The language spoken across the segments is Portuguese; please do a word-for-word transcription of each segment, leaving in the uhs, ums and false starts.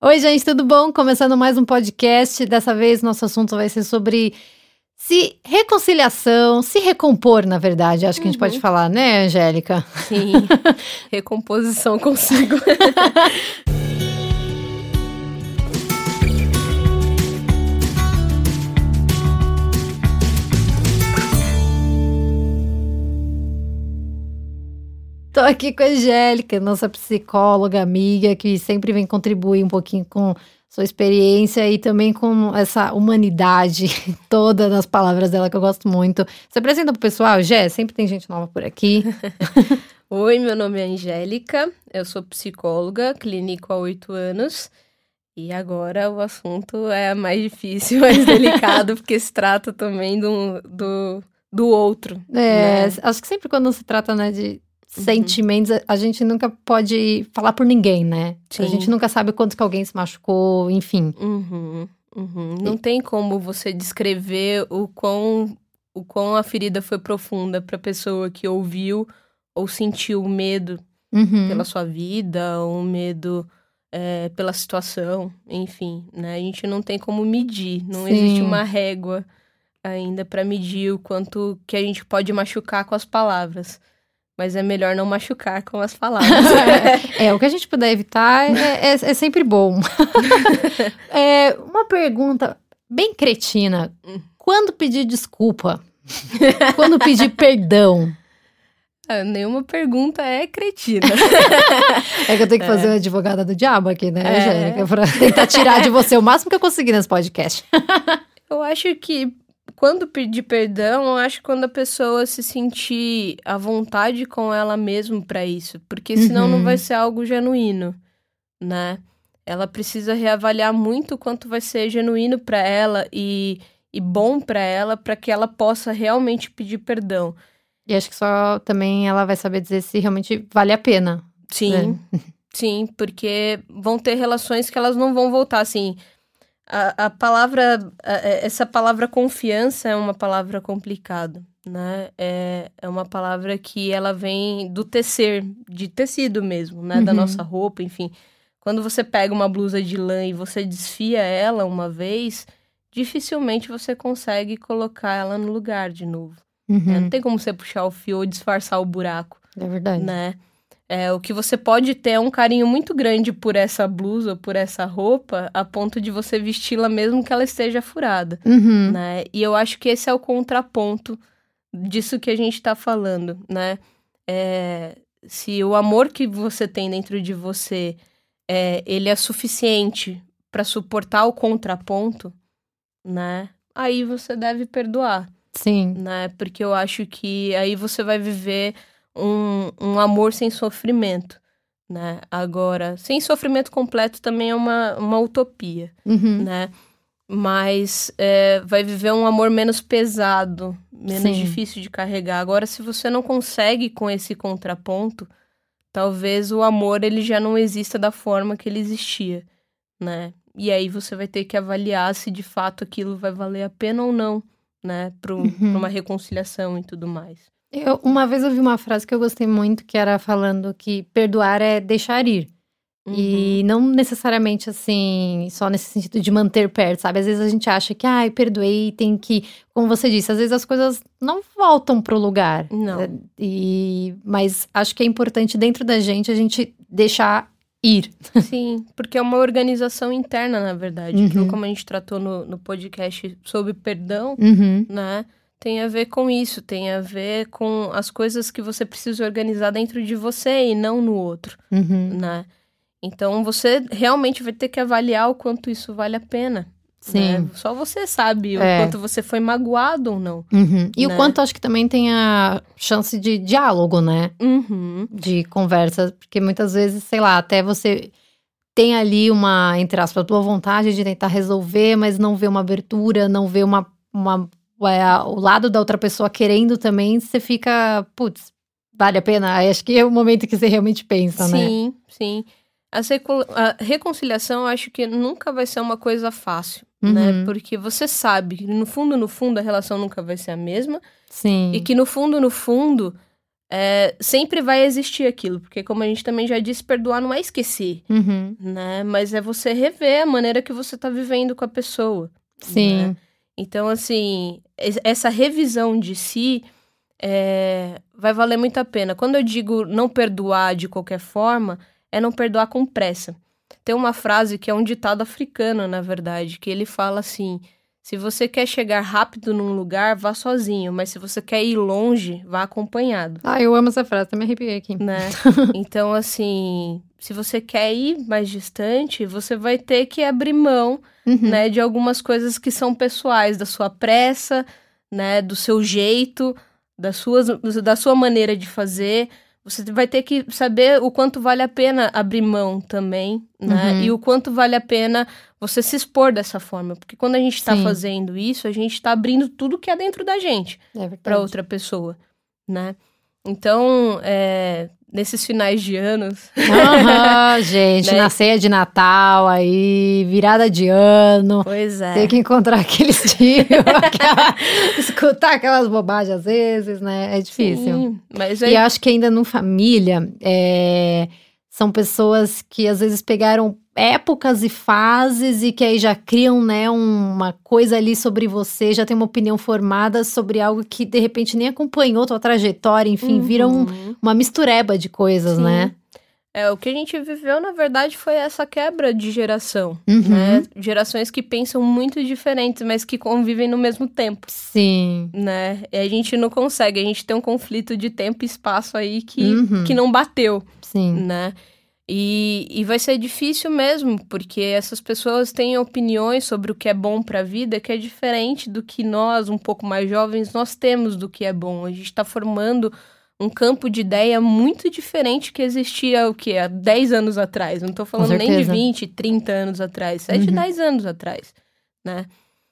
Oi, gente, tudo bom? Começando mais um podcast. Dessa vez, nosso assunto vai ser sobre se reconciliação, se recompor, na verdade. Acho que uhum. a gente pode falar, né, Angélica? Sim, recomposição consigo. Tô aqui com a Angélica, nossa psicóloga, amiga, que sempre vem contribuir um pouquinho com sua experiência e também com essa humanidade toda nas palavras dela, que eu gosto muito. Se apresenta pro pessoal, Gé, sempre tem gente nova por aqui. Oi, meu nome é Angélica, eu sou psicóloga, clínico há oito anos. E agora o assunto é mais difícil, mais delicado, porque se trata também do, do, do outro. É, né? Acho que sempre quando se trata, né, de sentimentos, uhum. a gente nunca pode falar por ninguém, né? Sim. A gente nunca sabe quanto que alguém se machucou, enfim. Uhum, uhum. Não e... tem como você descrever o quão, o quão a ferida foi profunda para a pessoa que ouviu ou sentiu medo uhum. pela sua vida, ou medo é, pela situação, enfim, né? A gente não tem como medir, não Sim. existe uma régua ainda para medir o quanto que a gente pode machucar com as palavras. Mas é melhor não machucar com as palavras. é, é, o que a gente puder evitar é, é, é sempre bom. é, uma pergunta bem cretina. Quando pedir desculpa? Quando pedir perdão? Ah, nenhuma pergunta é cretina. é que eu tenho que fazer é. uma advogada do diabo aqui, né, é. Angélica? Pra tentar tirar de você o máximo que eu conseguir nesse podcast. eu acho que Quando pedir perdão, eu acho quando a pessoa se sentir à vontade com ela mesma para isso. Porque senão uhum. não vai ser algo genuíno, né? Ela precisa reavaliar muito quanto vai ser genuíno para ela e, e bom para ela, para que ela possa realmente pedir perdão. E acho que só também ela vai saber dizer se realmente vale a pena. Sim, né? Sim, porque vão ter relações que elas não vão voltar, assim... A, a palavra, a, essa palavra confiança é uma palavra complicada, né? É, é uma palavra que ela vem do tecer, de tecido mesmo, né? Uhum. Da nossa roupa, enfim. Quando você pega uma blusa de lã e você desfia ela uma vez, dificilmente você consegue colocar ela no lugar de novo. Uhum. Né? Não tem como você puxar o fio ou disfarçar o buraco. É verdade. Né? É, o que você pode ter é um carinho muito grande por essa blusa ou por essa roupa, a ponto de você vesti-la mesmo que ela esteja furada, uhum. né? E eu acho que esse é o contraponto disso que a gente tá falando, né? É, se o amor que você tem dentro de você, é, ele é suficiente para suportar o contraponto, né? Aí você deve perdoar. Sim. Né? Porque eu acho que aí você vai viver... Um, um amor sem sofrimento, né? Agora, sem sofrimento completo também é uma, uma utopia, uhum. né? Mas é, vai viver um amor menos pesado, menos Sim. difícil de carregar. Agora, se você não consegue com esse contraponto, talvez o amor ele já não exista da forma que ele existia, né? E aí você vai ter que avaliar se de fato aquilo vai valer a pena ou não, né? Para uhum. uma reconciliação e tudo mais. Eu, uma vez eu vi uma frase que eu gostei muito, que era falando que perdoar é deixar ir. Uhum. E não necessariamente, assim, só nesse sentido de manter perto, sabe? Às vezes a gente acha que, ai, ah, perdoei, tem que... Como você disse, às vezes as coisas não voltam pro lugar. Não. E, mas acho que é importante dentro da gente a gente deixar ir. Sim, porque é uma organização interna, na verdade. Uhum. Aquilo como a gente tratou no, no podcast sobre perdão, uhum. né? Tem a ver com isso, tem a ver com as coisas que você precisa organizar dentro de você e não no outro, uhum. né? Então, você realmente vai ter que avaliar o quanto isso vale a pena. Sim. Né? Só você sabe é. o quanto você foi magoado ou não. Uhum. E né? o quanto acho que também tem a chance de diálogo, né? Uhum. De conversa, porque muitas vezes, sei lá, até você... tem ali uma, entre aspas, boa vontade de tentar resolver, mas não vê uma abertura, não vê uma... uma É, o lado da outra pessoa querendo também, você fica, putz, vale a pena? Aí acho que é o momento que você realmente pensa, sim, né? Sim, sim. A reconciliação, eu acho que nunca vai ser uma coisa fácil, uhum. né? Porque você sabe que no fundo, no fundo, a relação nunca vai ser a mesma. Sim. E que no fundo, no fundo, é, sempre vai existir aquilo. Porque, como a gente também já disse, perdoar não é esquecer, uhum. né? Mas é você rever a maneira que você tá vivendo com a pessoa. Sim. Né? Então, assim, essa revisão de si é, vai valer muito a pena. Quando eu digo não perdoar de qualquer forma, é não perdoar com pressa. Tem uma frase que é um ditado africano, na verdade, que ele fala assim: se você quer chegar rápido num lugar, vá sozinho, mas se você quer ir longe, vá acompanhado. Ah, eu amo essa frase, até me arrepiei aqui. Né? Então, assim, se você quer ir mais distante, você vai ter que abrir mão, uhum. né, de algumas coisas que são pessoais, da sua pressa, né, do seu jeito, das suas, da sua maneira de fazer. Você vai ter que saber o quanto vale a pena abrir mão também, né? Uhum. E o quanto vale a pena você se expor dessa forma. Porque quando a gente está fazendo isso, a gente está abrindo tudo que é dentro da gente é para outra pessoa, né? Então, é, nesses finais de anos... Uhum, gente, né? Na ceia de Natal, aí, virada de ano. Pois é. Tem que encontrar aqueles tios, aquela, escutar aquelas bobagens às vezes, né? É difícil. Sim, mas aí... E eu acho que ainda no família, é, são pessoas que às vezes pegaram épocas e fases e que aí já criam, né, uma coisa ali sobre você, já tem uma opinião formada sobre algo que de repente nem acompanhou tua trajetória, enfim, uhum. vira um, uma mistureba de coisas, Sim. né? É, o que a gente viveu, na verdade, foi essa quebra de geração, uhum. né? Gerações que pensam muito diferentes, mas que convivem no mesmo tempo. Sim. Né? E a gente não consegue, a gente tem um conflito de tempo e espaço aí que, uhum. que não bateu. Sim. Né? E, e vai ser difícil mesmo, porque essas pessoas têm opiniões sobre o que é bom para a vida que é diferente do que nós, um pouco mais jovens, nós temos do que é bom. A gente está formando um campo de ideia muito diferente que existia o quê? Há dez anos atrás. Não estou falando nem de vinte, trinta anos atrás. É de uhum. dez anos atrás, né?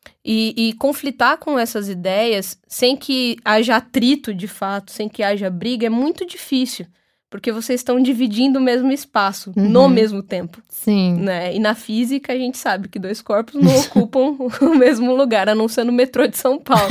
E, e conflitar com essas ideias sem que haja atrito de fato, sem que haja briga, é muito difícil. Porque vocês estão dividindo o mesmo espaço, uhum. no mesmo tempo. Sim. Né? E na física, a gente sabe que dois corpos não ocupam o mesmo lugar, a não ser no metrô de São Paulo.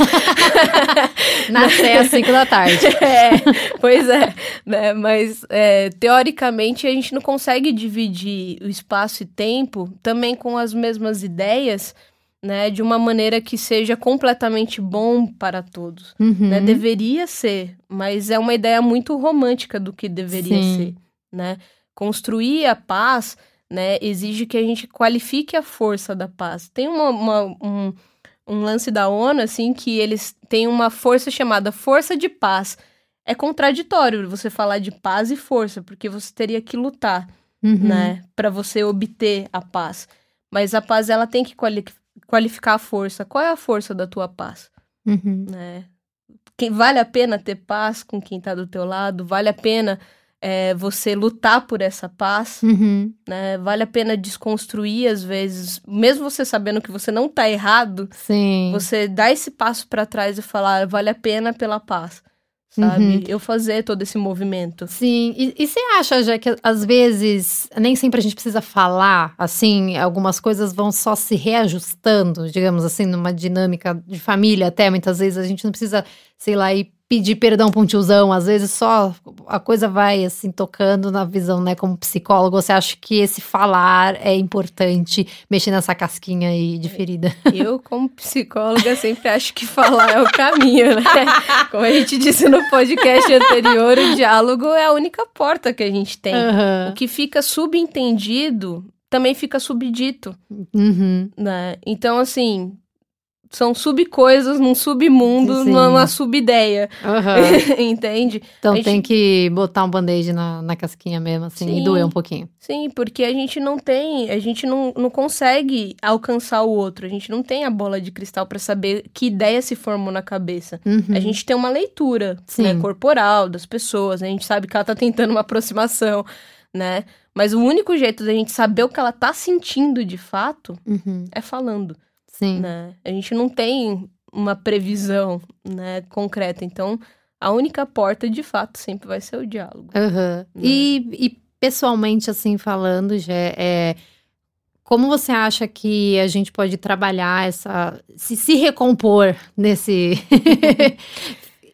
Na Sé às cinco da tarde. É, pois é. Né? Mas, é, teoricamente, a gente não consegue dividir o espaço e tempo também com as mesmas ideias, né, de uma maneira que seja completamente bom para todos. Uhum. Né? Deveria ser, mas é uma ideia muito romântica do que deveria Sim. ser. Né? Construir a paz, né, exige que a gente qualifique a força da paz. Tem uma, uma, um, um lance da ONU, assim, que eles têm uma força chamada força de paz. É contraditório você falar de paz e força, porque você teria que lutar, uhum. né, para você obter a paz. Mas a paz, ela tem que qualificar qualificar a força. Qual é a força da tua paz? Uhum. Né? Quem, vale a pena ter paz com quem tá do teu lado? Vale a pena é, você lutar por essa paz? Uhum. Né? Vale a pena desconstruir, às vezes, mesmo você sabendo que você não tá errado, Sim. você dá esse passo para trás e falar, vale a pena pela paz. Sabe? Uhum. Eu fazer todo esse movimento. Sim. E você acha, já que às vezes nem sempre a gente precisa falar, assim, algumas coisas vão só se reajustando, digamos assim, numa dinâmica de família até, muitas vezes a gente não precisa, sei lá, ir pedir perdão pra um tiozão, às vezes só a coisa vai, assim, tocando na visão, né, como psicólogo. Você acha que esse falar é importante, mexer nessa casquinha aí de ferida? Eu, como psicóloga, sempre acho que falar é o caminho, né? Como a gente disse no podcast anterior, o diálogo é a única porta que a gente tem. Uhum. O que fica subentendido também fica subdito, uhum. né? Então, assim... São subcoisas num submundo, Sim. numa subideia. Uhum. Entende? Então gente... tem que botar um band-aid na, na casquinha mesmo, assim, Sim. e doer um pouquinho. Sim, porque a gente não tem, a gente não, não consegue alcançar o outro. A gente não tem a bola de cristal para saber que ideia se formou na cabeça. Uhum. A gente tem uma leitura, né, corporal das pessoas. A gente sabe que ela tá tentando uma aproximação, né? Mas o único jeito da gente saber o que ela tá sentindo de fato uhum. é falando. Sim. Né? A gente não tem uma previsão, né, concreta. Então, a única porta, de fato, sempre vai ser o diálogo. Uhum. Né? E, e, pessoalmente, assim, falando, já é... Como você acha que a gente pode trabalhar essa... Se, se recompor nesse...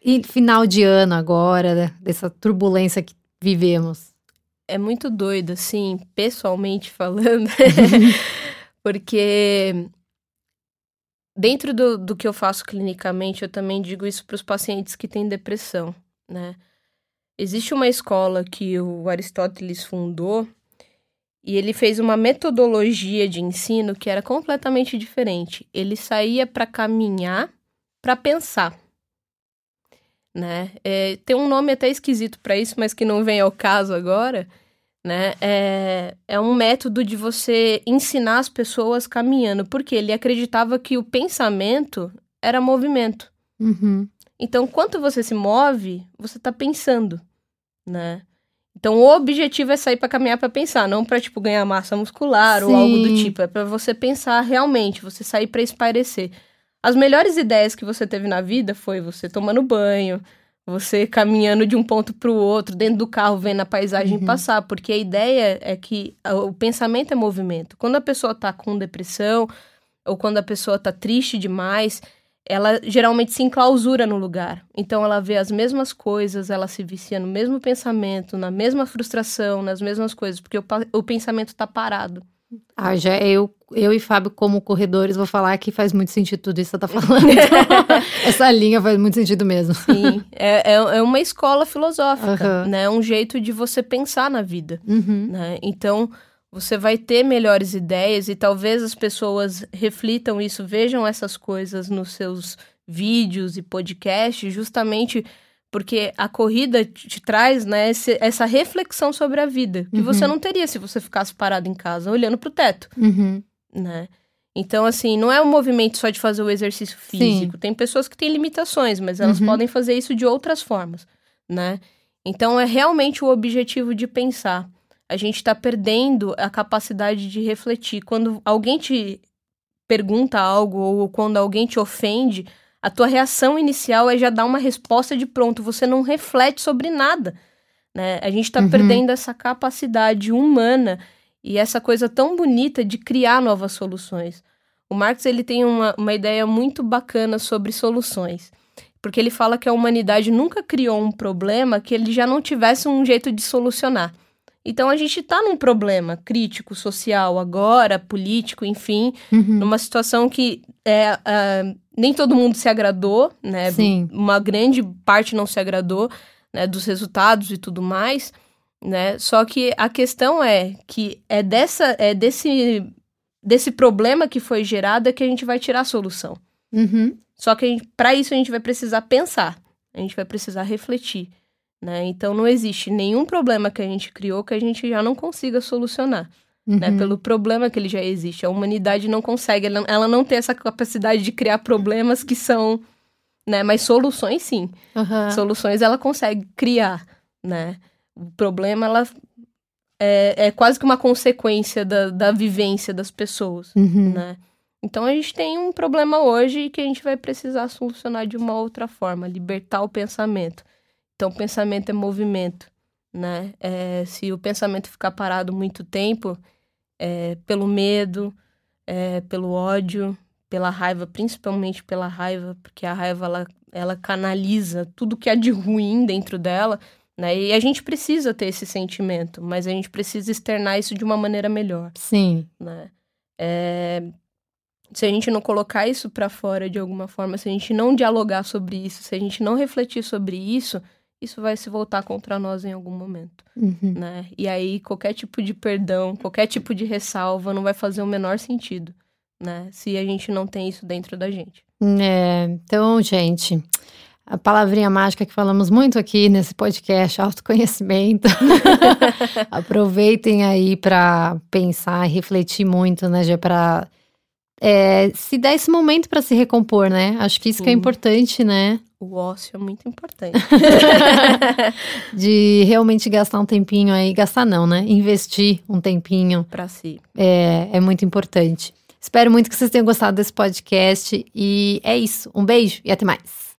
E final de ano agora, né? Dessa turbulência que vivemos. É muito doido, assim, pessoalmente falando, porque dentro do, do que eu faço clinicamente, eu também digo isso para os pacientes que têm depressão, né? Existe uma escola que o Aristóteles fundou e ele fez uma metodologia de ensino que era completamente diferente. Ele saía para caminhar, para pensar. Né? É, tem um nome até esquisito para isso, mas que não vem ao caso agora, né? É, é um método de você ensinar as pessoas caminhando, porque ele acreditava que o pensamento era movimento. Uhum. Então, quando você se move, você está pensando, né? Então, o objetivo é sair para caminhar para pensar, não para tipo ganhar massa muscular Sim. ou algo do tipo, é para você pensar realmente, você sair para espairecer. As melhores ideias que você teve na vida foi você tomando banho, você caminhando de um ponto para o outro, dentro do carro, vendo a paisagem uhum. passar. Porque a ideia é que o pensamento é movimento. Quando a pessoa está com depressão, ou quando a pessoa está triste demais, ela geralmente se enclausura no lugar. Então, ela vê as mesmas coisas, ela se vicia no mesmo pensamento, na mesma frustração, nas mesmas coisas, porque o, o pensamento está parado. Ah, já eu, eu e Fábio, como corredores, vou falar que faz muito sentido tudo isso que você tá falando. Essa linha faz muito sentido mesmo. Sim, é, é uma escola filosófica, uhum. né? É um jeito de você pensar na vida, uhum. né? Então, você vai ter melhores ideias e talvez as pessoas reflitam isso, vejam essas coisas nos seus vídeos e podcasts, justamente porque a corrida te traz, né, esse, essa reflexão sobre a vida, que uhum. você não teria se você ficasse parado em casa, olhando pro teto, uhum. né? Então, assim, não é um movimento só de fazer o exercício físico. Sim. Tem pessoas que têm limitações, mas elas uhum. podem fazer isso de outras formas, né? Então, é realmente o objetivo de pensar. A gente tá perdendo a capacidade de refletir. Quando alguém te pergunta algo ou quando alguém te ofende, a tua reação inicial é já dar uma resposta de pronto. Você não reflete sobre nada, né? A gente tá uhum. perdendo essa capacidade humana e essa coisa tão bonita de criar novas soluções. O Marx, ele tem uma, uma ideia muito bacana sobre soluções. Porque ele fala que a humanidade nunca criou um problema que ele já não tivesse um jeito de solucionar. Então, a gente tá num problema crítico, social, agora, político, enfim, uhum. numa situação que é, uh, nem todo mundo se agradou, né? Sim. Uma grande parte não se agradou, né, dos resultados e tudo mais, né? Só que a questão é que é, dessa, é desse, desse problema que foi gerado é que a gente vai tirar a solução. Uhum. Só que para isso a gente vai precisar pensar, a gente vai precisar refletir. Né? Então, não existe nenhum problema que a gente criou que a gente já não consiga solucionar. Uhum. Né? Pelo problema que ele já existe. A humanidade não consegue, ela, ela não tem essa capacidade de criar problemas que são... Né? Mas soluções, sim. Uhum. Soluções, ela consegue criar. Né? O problema, ela é, é quase que uma consequência da, da vivência das pessoas. Uhum. Né? Então, a gente tem um problema hoje que a gente vai precisar solucionar de uma outra forma. Libertar o pensamento. Então, o pensamento é movimento, né? É, se o pensamento ficar parado muito tempo, é, pelo medo, é, pelo ódio, pela raiva, principalmente pela raiva, porque a raiva, ela, ela canaliza tudo que há de ruim dentro dela, né? E a gente precisa ter esse sentimento, mas a gente precisa externar isso de uma maneira melhor. Sim. Né? É, se a gente não colocar isso para fora de alguma forma, se a gente não dialogar sobre isso, se a gente não refletir sobre isso... isso vai se voltar contra nós em algum momento, uhum. né? E aí, qualquer tipo de perdão, qualquer tipo de ressalva não vai fazer o menor sentido, né? Se a gente não tem isso dentro da gente. É, então, gente, a palavrinha mágica que falamos muito aqui nesse podcast, autoconhecimento. Aproveitem aí para pensar e refletir muito, né, Gê, para é, se dar esse momento para se recompor, né? Acho que isso Sim. que é importante, né? O ócio é muito importante. De realmente gastar um tempinho aí, gastar não, né? Investir um tempinho. Pra si. É, é muito importante. Espero muito que vocês tenham gostado desse podcast e é isso. Um beijo e até mais.